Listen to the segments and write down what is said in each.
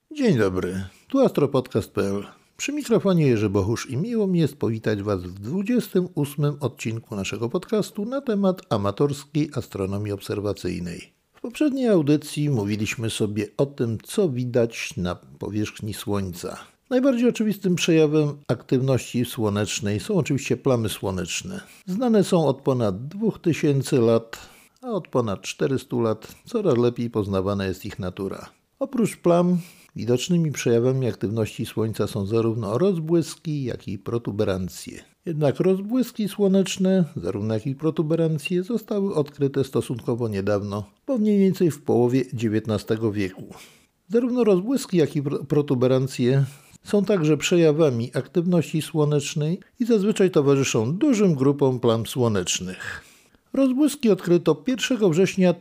Dzień dobry, tu astropodcast.pl. Przy mikrofonie Jerzy Bohusz i miło mi jest powitać Was w 28. odcinku naszego podcastu na temat amatorskiej astronomii obserwacyjnej. W poprzedniej audycji mówiliśmy sobie o tym, co widać na powierzchni Słońca. Najbardziej oczywistym przejawem aktywności słonecznej są oczywiście plamy słoneczne. Znane są od ponad 2000 lat, a od ponad 400 lat coraz lepiej poznawana jest ich natura. Oprócz plam, widocznymi przejawami aktywności Słońca są zarówno rozbłyski, jak i protuberancje. Jednak rozbłyski słoneczne, zarówno jak i protuberancje, zostały odkryte stosunkowo niedawno, bo mniej więcej w połowie XIX wieku. Zarówno rozbłyski, jak i protuberancje są także przejawami aktywności słonecznej i zazwyczaj towarzyszą dużym grupom plam słonecznych. Rozbłyski odkryto 1 września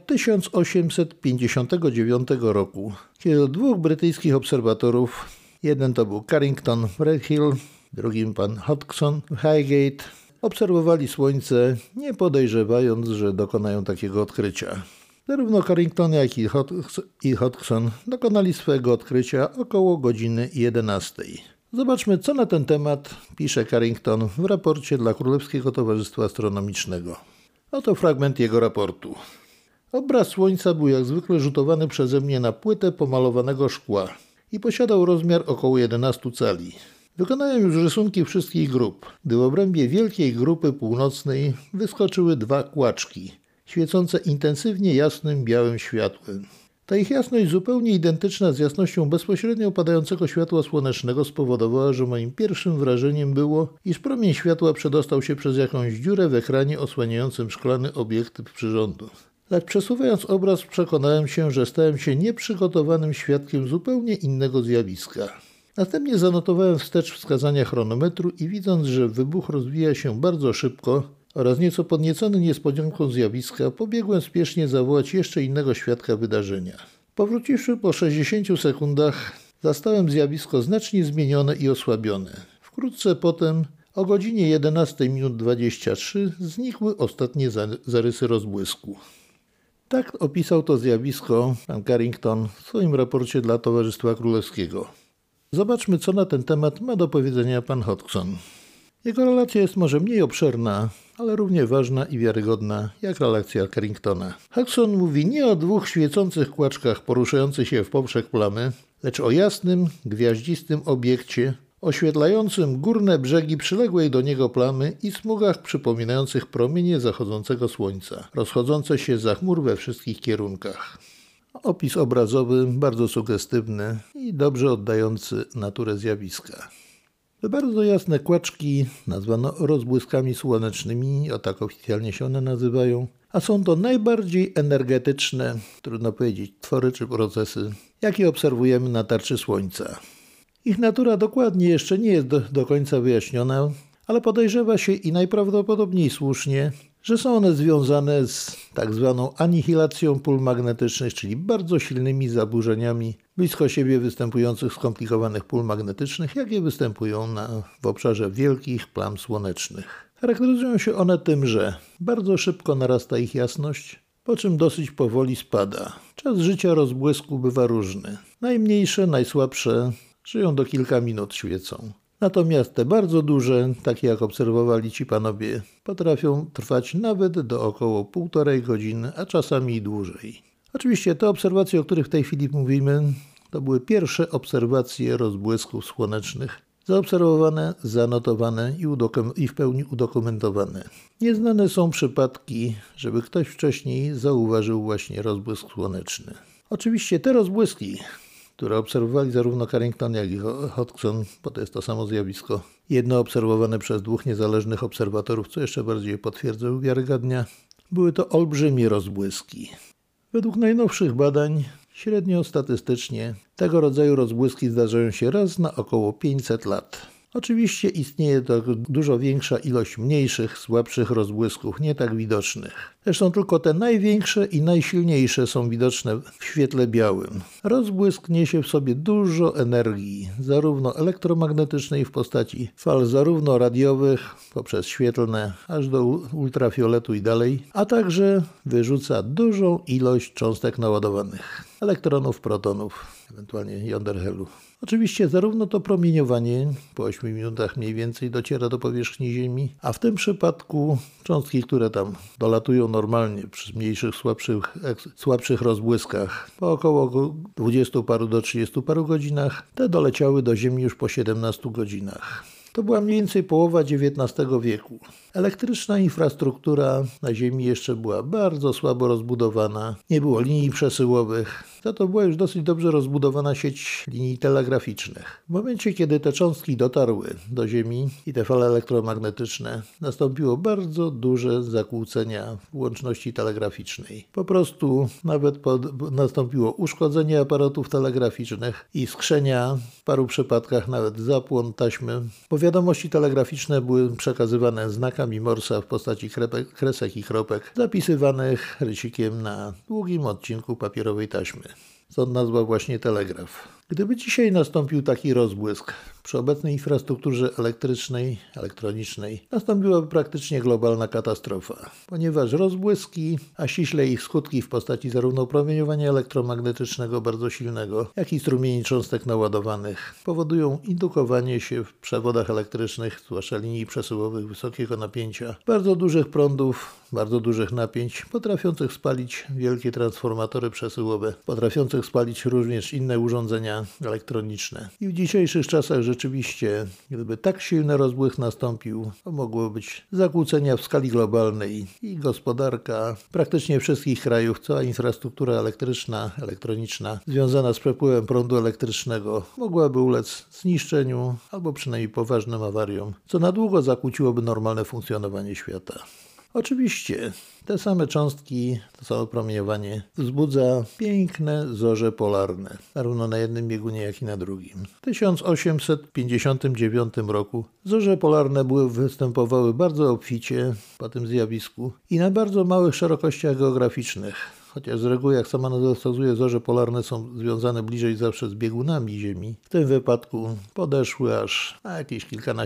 1859 roku, kiedy dwóch brytyjskich obserwatorów, jeden to był Carrington w Redhill, drugim pan Hodgson w Highgate, obserwowali Słońce, nie podejrzewając, że dokonają takiego odkrycia. Zarówno Carrington, jak i Hodgson dokonali swojego odkrycia około godziny 11. Zobaczmy, co na ten temat pisze Carrington w raporcie dla Królewskiego Towarzystwa Astronomicznego. Oto fragment jego raportu. Obraz Słońca był jak zwykle rzutowany przeze mnie na płytę pomalowanego szkła i posiadał rozmiar około 11 cali. Wykonałem już rysunki wszystkich grup, gdy w obrębie wielkiej grupy północnej wyskoczyły dwa kłaczki, świecące intensywnie jasnym białym światłem. Ta ich jasność zupełnie identyczna z jasnością bezpośrednio opadającego światła słonecznego spowodowała, że moim pierwszym wrażeniem było, iż promień światła przedostał się przez jakąś dziurę w ekranie osłaniającym szklany obiektyw przyrządu. Lecz przesuwając obraz przekonałem się, że stałem się nieprzygotowanym świadkiem zupełnie innego zjawiska. Następnie zanotowałem wstecz wskazania chronometru i widząc, że wybuch rozwija się bardzo szybko oraz nieco podniecony niespodzianką zjawiska, pobiegłem spiesznie zawołać jeszcze innego świadka wydarzenia. Powróciwszy po 60 sekundach, zastałem zjawisko znacznie zmienione i osłabione. Wkrótce potem, o godzinie 11:23, znikły ostatnie zarysy rozbłysku. Tak opisał to zjawisko pan Carrington w swoim raporcie dla Towarzystwa Królewskiego. Zobaczmy, co na ten temat ma do powiedzenia pan Hodgson. Jego relacja jest może mniej obszerna, ale równie ważna i wiarygodna jak relacja Carringtona. Hodgson mówi nie o dwóch świecących kłaczkach poruszających się w poprzek plamy, lecz o jasnym, gwiaździstym obiekcie oświetlającym górne brzegi przyległej do niego plamy i smugach przypominających promienie zachodzącego słońca, rozchodzące się za chmur we wszystkich kierunkach. Opis obrazowy bardzo sugestywny i dobrze oddający naturę zjawiska. Te bardzo jasne kłaczki nazwano rozbłyskami słonecznymi, o tak oficjalnie się one nazywają, a są to najbardziej energetyczne, trudno powiedzieć, twory czy procesy, jakie obserwujemy na tarczy Słońca. Ich natura dokładnie jeszcze nie jest do końca wyjaśniona, ale podejrzewa się i najprawdopodobniej słusznie, że są one związane z tak zwaną anihilacją pól magnetycznych, czyli bardzo silnymi zaburzeniami blisko siebie występujących skomplikowanych pól magnetycznych, jakie występują w obszarze wielkich plam słonecznych. Charakteryzują się one tym, że bardzo szybko narasta ich jasność, po czym dosyć powoli spada. Czas życia rozbłysku bywa różny. Najmniejsze, najsłabsze żyją do kilka minut, świecą. Natomiast te bardzo duże, takie jak obserwowali ci panowie, potrafią trwać nawet do około 1,5 godziny, a czasami i dłużej. Oczywiście te obserwacje, o których w tej chwili mówimy, to były pierwsze obserwacje rozbłysków słonecznych, zaobserwowane, zanotowane i w pełni udokumentowane. Nieznane są przypadki, żeby ktoś wcześniej zauważył właśnie rozbłysk słoneczny. Oczywiście te rozbłyski, które obserwowali zarówno Carrington, jak i Hodgson, bo to jest to samo zjawisko. Jedno obserwowane przez dwóch niezależnych obserwatorów, co jeszcze bardziej potwierdza i uwiarygadnia. Były to olbrzymie rozbłyski. Według najnowszych badań, średnio statystycznie, tego rodzaju rozbłyski zdarzają się raz na około 500 lat. Oczywiście istnieje to dużo większa ilość mniejszych, słabszych rozbłysków, nie tak widocznych. Zresztą tylko te największe i najsilniejsze są widoczne w świetle białym. Rozbłysk niesie w sobie dużo energii, zarówno elektromagnetycznej w postaci fal zarówno radiowych, poprzez świetlne, aż do ultrafioletu i dalej, a także wyrzuca dużą ilość cząstek naładowanych, elektronów, protonów, ewentualnie jąder helu. Oczywiście zarówno to promieniowanie po 8 minutach mniej więcej dociera do powierzchni Ziemi, a w tym przypadku cząstki, które tam dolatują normalnie przy mniejszych, słabszych rozbłyskach po około 20 paru do 30 paru godzinach, te doleciały do Ziemi już po 17 godzinach. To była mniej więcej połowa XIX wieku. Elektryczna infrastruktura na Ziemi jeszcze była bardzo słabo rozbudowana. Nie było linii przesyłowych. Za to była już dosyć dobrze rozbudowana sieć linii telegraficznych. W momencie, kiedy te cząstki dotarły do Ziemi i te fale elektromagnetyczne, nastąpiło bardzo duże zakłócenia łączności telegraficznej. Po prostu nastąpiło uszkodzenie aparatów telegraficznych i skrzenia, w paru przypadkach nawet zapłon taśmy. Bo wiadomości telegraficzne były przekazywane znakami Morsa w postaci kresek i kropek, zapisywanych rysikiem na długim odcinku papierowej taśmy. Stąd nazwa właśnie telegraf. Gdyby dzisiaj nastąpił taki rozbłysk przy obecnej infrastrukturze elektrycznej, elektronicznej, nastąpiłaby praktycznie globalna katastrofa, ponieważ rozbłyski, a ściśle ich skutki w postaci zarówno promieniowania elektromagnetycznego bardzo silnego, jak i strumieni cząstek naładowanych powodują indukowanie się w przewodach elektrycznych, zwłaszcza linii przesyłowych wysokiego napięcia, bardzo dużych prądów, bardzo dużych napięć, potrafiących spalić wielkie transformatory przesyłowe, potrafiących spalić również inne urządzenia elektroniczne. I w dzisiejszych czasach rzeczywiście, gdyby tak silny rozbłysk nastąpił, to mogło być zakłócenia w skali globalnej i gospodarka praktycznie wszystkich krajów, cała infrastruktura elektryczna, elektroniczna związana z przepływem prądu elektrycznego mogłaby ulec zniszczeniu albo przynajmniej poważnym awariom, co na długo zakłóciłoby normalne funkcjonowanie świata. Oczywiście te same cząstki, to samo promieniowanie wzbudza piękne zorze polarne, zarówno na jednym biegunie, jak i na drugim. W 1859 roku zorze polarne występowały bardzo obficie po tym zjawisku i na bardzo małych szerokościach geograficznych. Chociaż z reguły, jak sama nazwa wskazuje, zorze polarne są związane bliżej zawsze z biegunami Ziemi. W tym wypadku podeszły aż na jakieś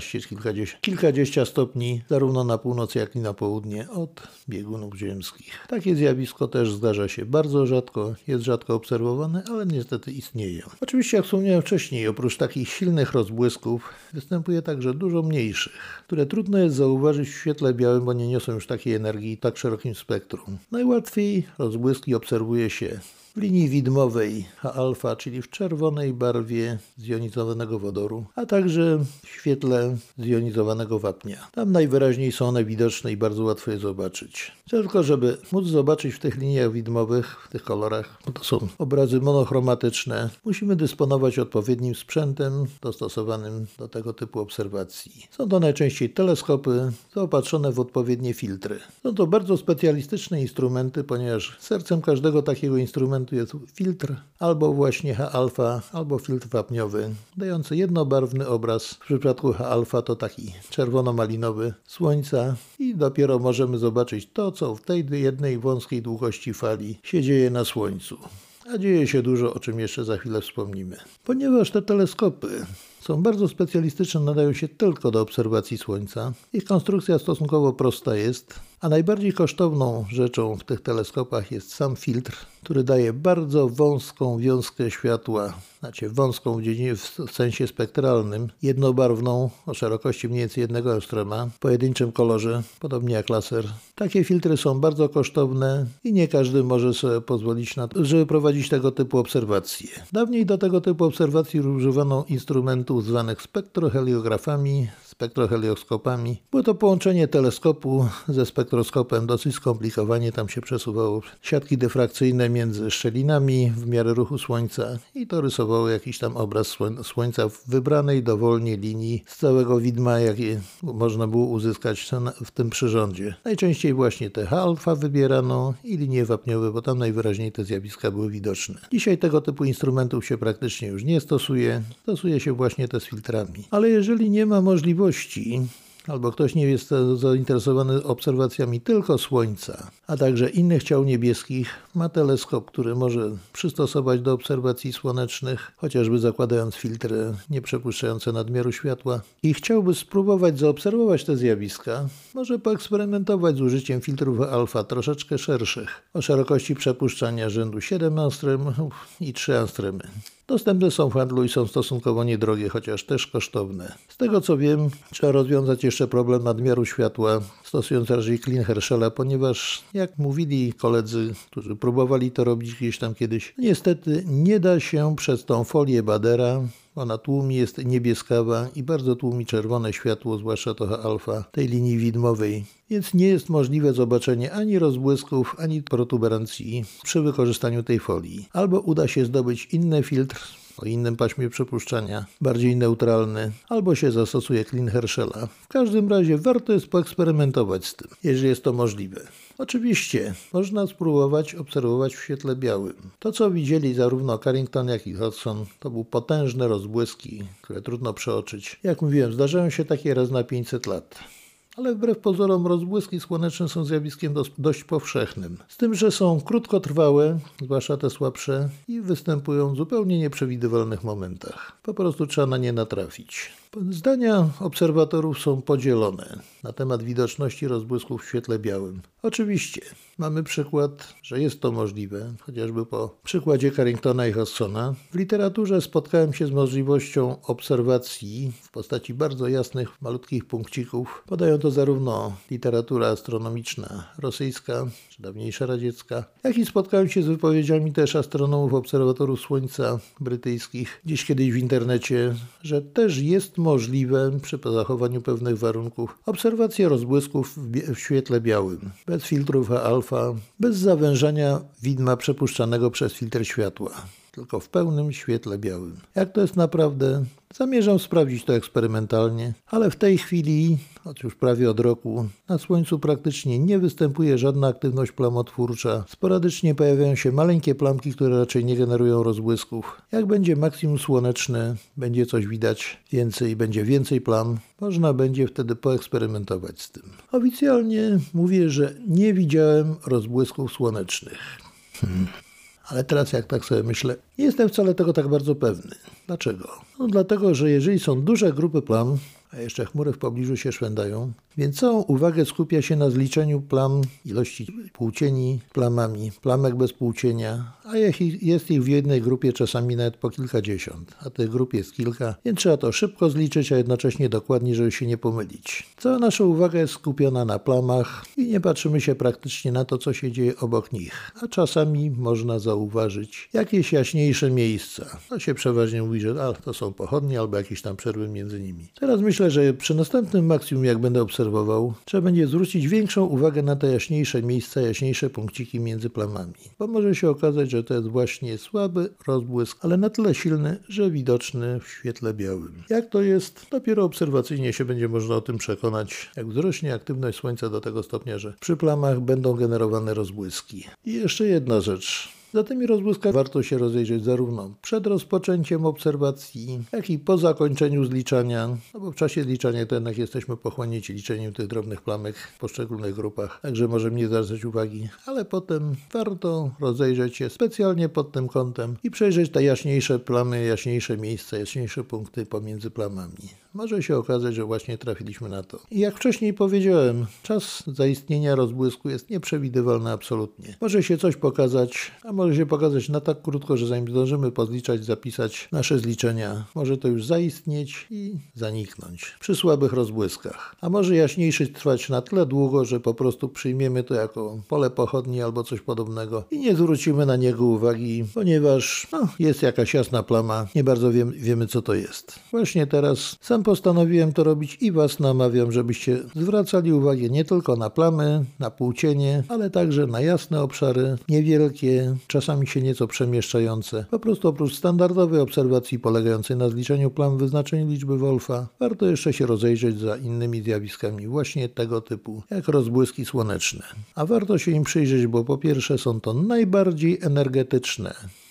kilkadziesiąt stopni, zarówno na północ, jak i na południe od biegunów ziemskich. Takie zjawisko też zdarza się bardzo rzadko, jest rzadko obserwowane, ale niestety istnieje. Oczywiście, jak wspomniałem wcześniej, oprócz takich silnych rozbłysków występuje także dużo mniejszych, które trudno jest zauważyć w świetle białym, bo nie niosą już takiej energii w tak szerokim spektrum. Najłatwiej rozbłyski obserwuje się w linii widmowej H-alfa, czyli w czerwonej barwie zjonizowanego wodoru, a także w świetle zjonizowanego wapnia. Tam najwyraźniej są one widoczne i bardzo łatwo je zobaczyć. Tylko żeby móc zobaczyć w tych liniach widmowych, w tych kolorach, bo to są obrazy monochromatyczne, musimy dysponować odpowiednim sprzętem dostosowanym do tego typu obserwacji. Są to najczęściej teleskopy zaopatrzone w odpowiednie filtry. Są to bardzo specjalistyczne instrumenty, ponieważ sercem każdego takiego instrumentu jest filtr albo właśnie H-alfa, albo filtr wapniowy, dający jednobarwny obraz. W przypadku H-alfa to taki czerwono-malinowy Słońca i dopiero możemy zobaczyć to, co w tej jednej wąskiej długości fali się dzieje na Słońcu. A dzieje się dużo, o czym jeszcze za chwilę wspomnimy. Ponieważ te teleskopy są bardzo specjalistyczne, nadają się tylko do obserwacji Słońca. Ich konstrukcja stosunkowo prosta jest, a najbardziej kosztowną rzeczą w tych teleskopach jest sam filtr, który daje bardzo wąską wiązkę światła, wąską w sensie spektralnym, jednobarwną, o szerokości mniej więcej 1 angstroma, w pojedynczym kolorze, podobnie jak laser. Takie filtry są bardzo kosztowne i nie każdy może sobie pozwolić na to, żeby prowadzić tego typu obserwacje. Dawniej do tego typu obserwacji używano instrumentów zwanych spektroheliografami, spektrohelioskopami. Było to połączenie teleskopu ze spektroskopem, dosyć skomplikowanie, tam się przesuwało siatki dyfrakcyjne między szczelinami w miarę ruchu Słońca i to rysowało jakiś tam obraz Słońca w wybranej dowolnie linii z całego widma, jakie można było uzyskać w tym przyrządzie. Najczęściej właśnie te H-alfa wybierano i linie wapniowe, bo tam najwyraźniej te zjawiska były widoczne. Dzisiaj tego typu instrumentów się praktycznie już nie stosuje. Stosuje się właśnie te z filtrami. Ale jeżeli nie ma możliwości albo ktoś nie jest zainteresowany obserwacjami tylko Słońca, a także innych ciał niebieskich, ma teleskop, który może przystosować do obserwacji słonecznych, chociażby zakładając filtry nieprzepuszczające nadmiaru światła i chciałby spróbować zaobserwować te zjawiska, może poeksperymentować z użyciem filtrów alfa troszeczkę szerszych, o szerokości przepuszczania rzędu 7 angstremów i 3 angstremy. Dostępne są w handlu i są stosunkowo niedrogie, chociaż też kosztowne. Z tego co wiem, trzeba rozwiązać jeszcze problem nadmiaru światła, stosując raczej klin Herschela, ponieważ jak mówili koledzy, którzy próbowali to robić gdzieś tam kiedyś, niestety nie da się przez tą folię Badera. Ona tłumi, jest niebieskawa i bardzo tłumi czerwone światło, zwłaszcza to alfa, tej linii widmowej. Więc nie jest możliwe zobaczenie ani rozbłysków, ani protuberancji przy wykorzystaniu tej folii. Albo uda się zdobyć inny filtr o innym paśmie przepuszczania, bardziej neutralny, albo się zastosuje klin Herschela. W każdym razie warto jest poeksperymentować z tym, jeżeli jest to możliwe. Oczywiście można spróbować obserwować w świetle białym. To, co widzieli zarówno Carrington, jak i Hodgson, to były potężne rozbłyski, które trudno przeoczyć. Jak mówiłem, zdarzają się takie raz na 500 lat. Ale wbrew pozorom rozbłyski słoneczne są zjawiskiem dość powszechnym. Z tym, że są krótkotrwałe, zwłaszcza te słabsze, i występują w zupełnie nieprzewidywalnych momentach. Po prostu trzeba na nie natrafić. Zdania obserwatorów są podzielone na temat widoczności rozbłysków w świetle białym. Oczywiście mamy przykład, że jest to możliwe, chociażby po przykładzie Carringtona i Hodgsona. W literaturze spotkałem się z możliwością obserwacji w postaci bardzo jasnych, malutkich punkcików. Podają to zarówno literatura astronomiczna rosyjska, czy dawniejsza radziecka, jak i spotkałem się z wypowiedziami też astronomów, obserwatorów Słońca brytyjskich, gdzieś kiedyś w internecie, że też jest możliwe przy zachowaniu pewnych warunków obserwacja rozbłysków w świetle białym, bez filtrów alfa, bez zawężania widma przepuszczanego przez filtr światła, tylko w pełnym świetle białym. Jak to jest naprawdę? Zamierzam sprawdzić to eksperymentalnie, ale w tej chwili, już prawie od roku, na Słońcu praktycznie nie występuje żadna aktywność plamotwórcza. Sporadycznie pojawiają się maleńkie plamki, które raczej nie generują rozbłysków. Jak będzie maksimum słoneczne, będzie coś widać więcej, będzie więcej plam, można będzie wtedy poeksperymentować z tym. Oficjalnie mówię, że nie widziałem rozbłysków słonecznych. Ale teraz jak tak sobie myślę, nie jestem wcale tego tak bardzo pewny. Dlaczego? No dlatego, że jeżeli są duże grupy plam, a jeszcze chmury w pobliżu się szwędają, więc całą uwagę skupia się na zliczeniu plam, ilości półcieni plamami, plamek bez półcienia, a jest ich w jednej grupie czasami nawet po kilkadziesiąt, a tych grup jest kilka, więc trzeba to szybko zliczyć, a jednocześnie dokładnie, żeby się nie pomylić. Cała nasza uwaga jest skupiona na plamach i nie patrzymy się praktycznie na to, co się dzieje obok nich, a czasami można zauważyć jakieś jaśniejsze miejsca. To się przeważnie mówi, że to są pochodnie albo jakieś tam przerwy między nimi. Teraz myślę, że przy następnym maksimum, jak będę obserwował, trzeba będzie zwrócić większą uwagę na te jaśniejsze miejsca, jaśniejsze punkciki między plamami. Bo może się okazać, że to jest właśnie słaby rozbłysk, ale na tyle silny, że widoczny w świetle białym. Jak to jest? Dopiero obserwacyjnie się będzie można o tym przekonać, jak wzrośnie aktywność Słońca do tego stopnia, że przy plamach będą generowane rozbłyski. I jeszcze jedna rzecz. Za tymi rozbłyskami warto się rozejrzeć zarówno przed rozpoczęciem obserwacji, jak i po zakończeniu zliczania, no bo w czasie zliczania to jednak jesteśmy pochłonięci liczeniem tych drobnych plamek w poszczególnych grupach, także możemy nie zwracać uwagi, ale potem warto rozejrzeć się specjalnie pod tym kątem i przejrzeć te jaśniejsze plamy, jaśniejsze miejsca, jaśniejsze punkty pomiędzy plamami. Może się okazać, że właśnie trafiliśmy na to. I jak wcześniej powiedziałem, czas zaistnienia rozbłysku jest nieprzewidywalny absolutnie. Może się coś pokazać, a może się pokazać na tak krótko, że zanim zdążymy pozliczać, zapisać nasze zliczenia, może to już zaistnieć i zaniknąć przy słabych rozbłyskach. A może jaśniejszy trwać na tyle długo, że po prostu przyjmiemy to jako pole pochodni albo coś podobnego i nie zwrócimy na niego uwagi, ponieważ jest jakaś jasna plama, nie bardzo wiemy co to jest. Właśnie teraz sam postanowiłem to robić i Was namawiam, żebyście zwracali uwagę nie tylko na plamy, na półcienie, ale także na jasne obszary, niewielkie, czasami się nieco przemieszczające. Po prostu oprócz standardowej obserwacji polegającej na zliczeniu plam, wyznaczeniu liczby Wolfa, warto jeszcze się rozejrzeć za innymi zjawiskami właśnie tego typu, jak rozbłyski słoneczne. A warto się im przyjrzeć, bo po pierwsze są to najbardziej energetyczne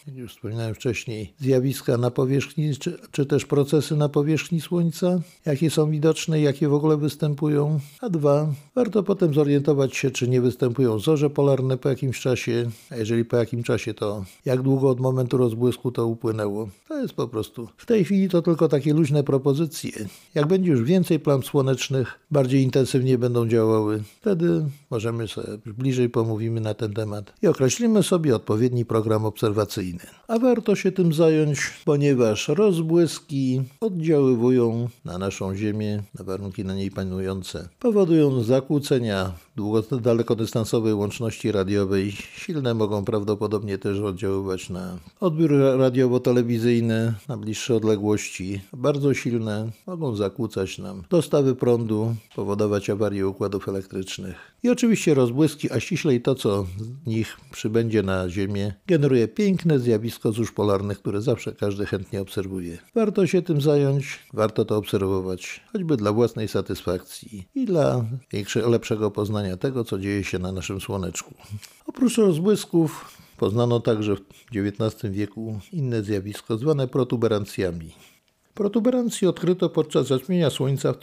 jak już wspominałem wcześniej, zjawiska na powierzchni, czy też procesy na powierzchni Słońca, jakie są widoczne, jakie w ogóle występują. A dwa, warto potem zorientować się, czy nie występują zorze polarne po jakimś czasie, a jeżeli po jakim czasie, to jak długo od momentu rozbłysku to upłynęło. To jest po prostu. W tej chwili to tylko takie luźne propozycje. Jak będzie już więcej plam słonecznych, bardziej intensywnie będą działały, wtedy możemy sobie bliżej pomówimy na ten temat i określimy sobie odpowiedni program obserwacyjny. A warto się tym zająć, ponieważ rozbłyski oddziaływują na naszą Ziemię, na warunki na niej panujące. Powodują zakłócenia dalekodystansowej łączności radiowej. Silne mogą prawdopodobnie też oddziaływać na odbiór radiowo-telewizyjny na bliższe odległości. Bardzo silne mogą zakłócać nam dostawy prądu, powodować awarie układów elektrycznych. I oczywiście rozbłyski, a ściślej to, co z nich przybędzie na Ziemię, generuje piękne zjawisko zórz polarnych, które zawsze każdy chętnie obserwuje. Warto się tym zająć, warto to obserwować, choćby dla własnej satysfakcji i dla lepszego poznania tego, co dzieje się na naszym Słoneczku. Oprócz rozbłysków poznano także w XIX wieku inne zjawisko zwane protuberancjami. Protuberancje odkryto podczas zaćmienia Słońca w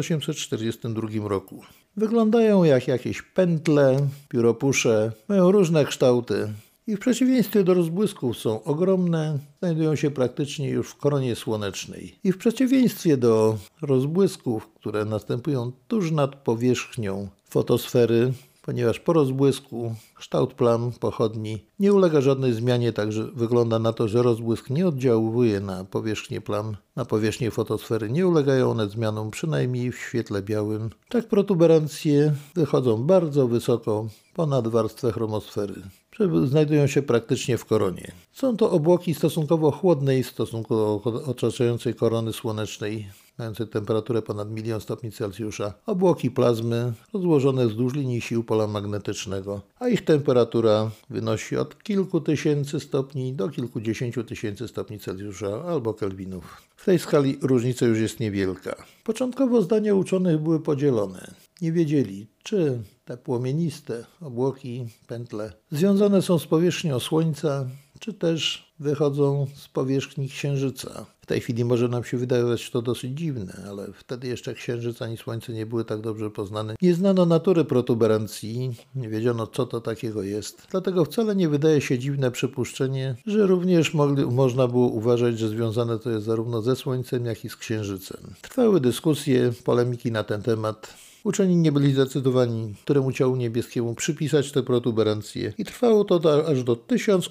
1842 roku. Wyglądają jak jakieś pętle, pióropusze, mają różne kształty i w przeciwieństwie do rozbłysków są ogromne, znajdują się praktycznie już w koronie słonecznej. I w przeciwieństwie do rozbłysków, które następują tuż nad powierzchnią fotosfery, ponieważ po rozbłysku kształt plam pochodni nie ulega żadnej zmianie, także wygląda na to, że rozbłysk nie oddziałuje na powierzchnię plam, na powierzchnię fotosfery. Nie ulegają one zmianom, przynajmniej w świetle białym. Tak protuberancje wychodzą bardzo wysoko ponad warstwę chromosfery. Znajdują się praktycznie w koronie. Są to obłoki stosunkowo chłodnej w stosunku do otaczającej korony słonecznej, mające temperaturę ponad 1 000 000 stopni Celsjusza, obłoki plazmy rozłożone wzdłuż linii sił pola magnetycznego, a ich temperatura wynosi od kilku tysięcy stopni do kilkudziesięciu tysięcy stopni Celsjusza albo kelwinów. W tej skali różnica już jest niewielka. Początkowo zdania uczonych były podzielone. Nie wiedzieli, czy te płomieniste obłoki, pętle związane są z powierzchnią Słońca, czy też wychodzą z powierzchni Księżyca. W tej chwili może nam się wydawać to dosyć dziwne, ale wtedy jeszcze Księżyc ani Słońce nie były tak dobrze poznane. Nie znano natury protuberancji, nie wiedziano, co to takiego jest. Dlatego wcale nie wydaje się dziwne przypuszczenie, że również można było uważać, że związane to jest zarówno ze Słońcem, jak i z Księżycem. Trwały dyskusje, polemiki na ten temat. Uczeni nie byli zdecydowani, któremu ciału niebieskiemu przypisać te protuberancje i trwało to aż do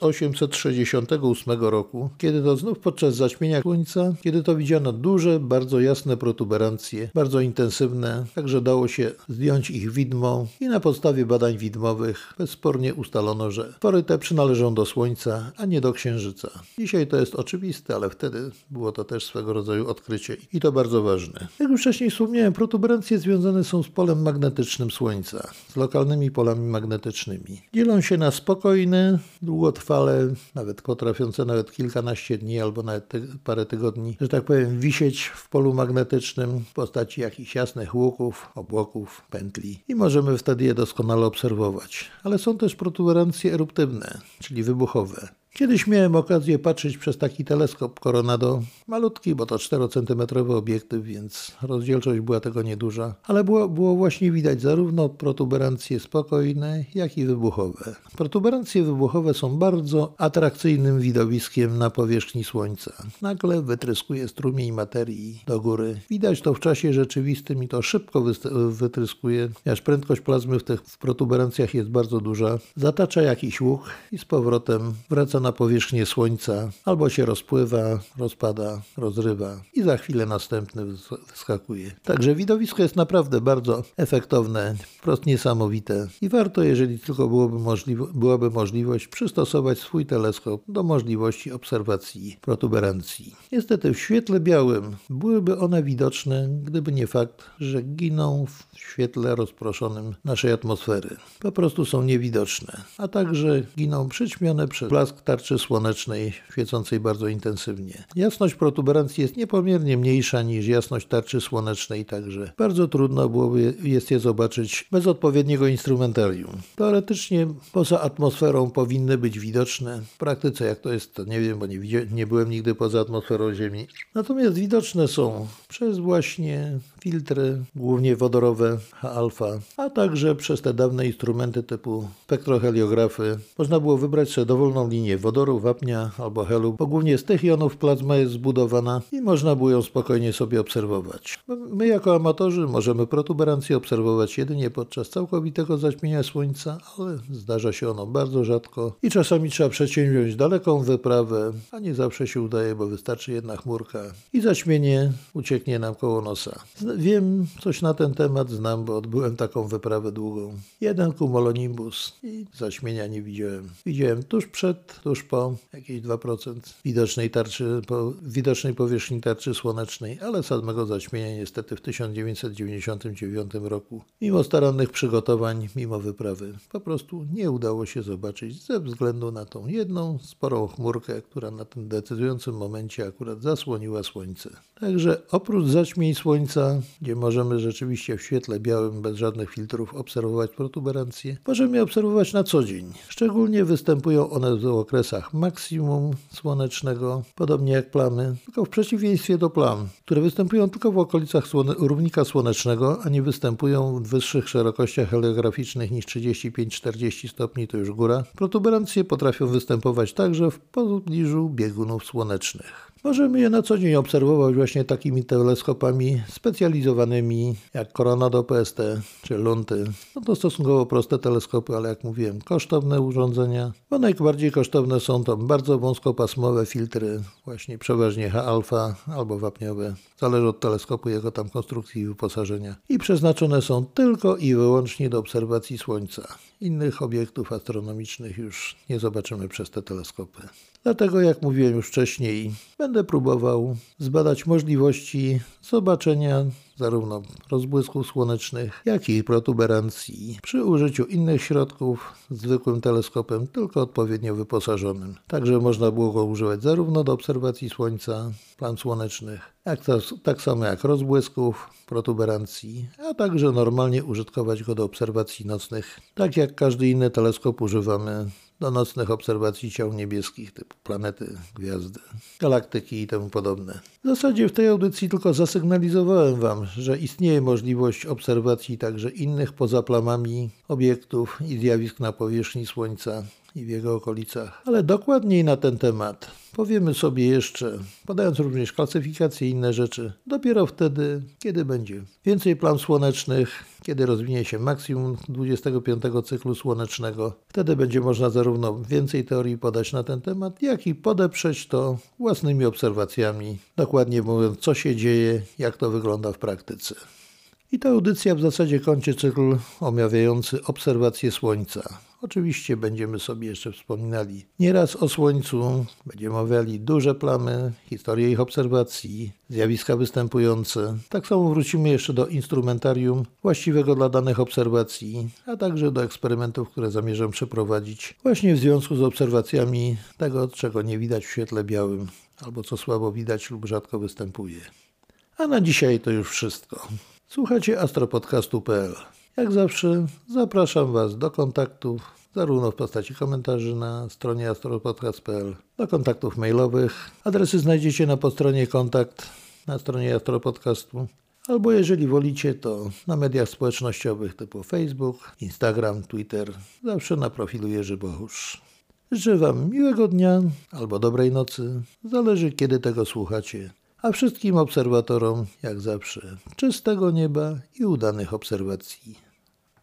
1868 roku, kiedy to znów podczas zaćmienia Słońca, kiedy to widziano duże, bardzo jasne protuberancje, bardzo intensywne, także dało się zdjąć ich widmo i na podstawie badań widmowych bezspornie ustalono, że pory te przynależą do Słońca, a nie do Księżyca. Dzisiaj to jest oczywiste, ale wtedy było to też swego rodzaju odkrycie i to bardzo ważne. Jak już wcześniej wspomniałem, protuberancje związane są z polem magnetycznym Słońca, z lokalnymi polami magnetycznymi. Dzielą się na spokojne, długotrwale, nawet potrafiące nawet kilkanaście dni albo nawet parę tygodni, że tak powiem, wisieć w polu magnetycznym w postaci jakichś jasnych łuków, obłoków, pętli i możemy wtedy je doskonale obserwować. Ale są też protuberancje eruptywne, czyli wybuchowe. Kiedyś miałem okazję patrzeć przez taki teleskop Coronado, malutki, bo to 4-centymetrowy obiektyw, więc rozdzielczość była tego nieduża, ale było właśnie widać zarówno protuberancje spokojne, jak i wybuchowe. Protuberancje wybuchowe są bardzo atrakcyjnym widowiskiem na powierzchni Słońca. Nagle wytryskuje strumień materii do góry. Widać to w czasie rzeczywistym i to szybko wytryskuje, aż prędkość plazmy w protuberancjach jest bardzo duża. Zatacza jakiś łuk i z powrotem wraca na powierzchnię Słońca, albo się rozpływa, rozpada, rozrywa i za chwilę następny wyskakuje. Także widowisko jest naprawdę bardzo efektowne, wprost niesamowite i warto, jeżeli tylko byłaby możliwość, przystosować swój teleskop do możliwości obserwacji protuberancji. Niestety w świetle białym byłyby one widoczne, gdyby nie fakt, że giną w świetle rozproszonym naszej atmosfery. Po prostu są niewidoczne, a także giną przyćmione przez blask tarczy słonecznej świecącej bardzo intensywnie. Jasność protuberancji jest niepomiernie mniejsza niż jasność tarczy słonecznej, także bardzo trudno byłoby jest je zobaczyć bez odpowiedniego instrumentarium. Teoretycznie poza atmosferą powinny być widoczne. W praktyce jak to jest, to nie wiem, bo nie byłem nigdy poza atmosferą Ziemi. Natomiast widoczne są przez właśnie filtry, głównie wodorowe H-alfa, a także przez te dawne instrumenty typu spektroheliografy. Można było wybrać sobie dowolną linię wodoru, wapnia albo helu, bo głównie z tych jonów plazma jest zbudowana i można było ją spokojnie sobie obserwować. My jako amatorzy możemy protuberancję obserwować jedynie podczas całkowitego zaćmienia Słońca, ale zdarza się ono bardzo rzadko i czasami trzeba przedsięwziąć daleką wyprawę, a nie zawsze się udaje, bo wystarczy jedna chmurka i zaćmienie ucieknie nam koło nosa. Wiem coś na ten temat, znam, bo odbyłem taką wyprawę długą. Jeden cumulonimbus i zaćmienia nie widziałem. Widziałem tuż przed, tuż po, jakieś 2% widocznej powierzchni tarczy słonecznej, ale samego zaćmienia niestety w 1999 roku, mimo starannych przygotowań, mimo wyprawy, po prostu nie udało się zobaczyć ze względu na tą jedną sporą chmurkę, która na tym decydującym momencie akurat zasłoniła Słońce. Także oprócz zaćmień Słońca, gdzie możemy rzeczywiście w świetle białym, bez żadnych filtrów obserwować protuberancje, możemy je obserwować na co dzień. Szczególnie występują one w okresach maksimum słonecznego, podobnie jak plamy, tylko w przeciwieństwie do plam, które występują tylko w okolicach równika słonecznego, a nie występują w wyższych szerokościach heliograficznych niż 35-40 stopni, to już góra. Protuberancje potrafią występować także w pobliżu biegunów słonecznych. Możemy je na co dzień obserwować właśnie takimi teleskopami specjalizowanymi jak Coronado PST czy Lunty. No to stosunkowo proste teleskopy, ale jak mówiłem, kosztowne urządzenia, bo najbardziej kosztowne są to bardzo wąskopasmowe filtry, właśnie przeważnie H-alfa albo wapniowe. Zależy od teleskopu, jego tam konstrukcji i wyposażenia. I przeznaczone są tylko i wyłącznie do obserwacji Słońca. Innych obiektów astronomicznych już nie zobaczymy przez te teleskopy. Dlatego, jak mówiłem już wcześniej, będę próbował zbadać możliwości zobaczenia zarówno rozbłysków słonecznych, jak i protuberancji przy użyciu innych środków, zwykłym teleskopem, tylko odpowiednio wyposażonym. Także można było go używać zarówno do obserwacji Słońca, plam słonecznych, tak samo jak rozbłysków, protuberancji, a także normalnie użytkować go do obserwacji nocnych, tak jak każdy inny teleskop używamy do nocnych obserwacji ciał niebieskich typu planety, gwiazdy, galaktyki i temu podobne. W zasadzie w tej audycji tylko zasygnalizowałem Wam, że istnieje możliwość obserwacji także innych poza plamami obiektów i zjawisk na powierzchni Słońca i w jego okolicach. Ale dokładniej na ten temat powiemy sobie jeszcze, podając również klasyfikacje i inne rzeczy, dopiero wtedy, kiedy będzie więcej plam słonecznych, kiedy rozwinie się maksimum 25 cyklu słonecznego. Wtedy będzie można zarówno więcej teorii podać na ten temat, jak i podeprzeć to własnymi obserwacjami, dokładnie mówiąc, co się dzieje, jak to wygląda w praktyce. I ta audycja w zasadzie kończy cykl omawiający obserwacje Słońca. Oczywiście będziemy sobie jeszcze wspominali nieraz o Słońcu, będziemy omawiali duże plamy, historię ich obserwacji, zjawiska występujące. Tak samo wrócimy jeszcze do instrumentarium właściwego dla danych obserwacji, a także do eksperymentów, które zamierzam przeprowadzić właśnie w związku z obserwacjami tego, czego nie widać w świetle białym, albo co słabo widać lub rzadko występuje. A na dzisiaj to już wszystko. Słuchacie astropodcastu.pl. Jak zawsze zapraszam Was do kontaktów, zarówno w postaci komentarzy na stronie astropodcast.pl, do kontaktów mailowych. Adresy znajdziecie na podstronie kontakt na stronie Astropodcastu, albo jeżeli wolicie, to na mediach społecznościowych typu Facebook, Instagram, Twitter, zawsze na profilu Jerzy Bohusz. Życzę Wam miłego dnia albo dobrej nocy, zależy kiedy tego słuchacie. A wszystkim obserwatorom, jak zawsze, czystego nieba i udanych obserwacji.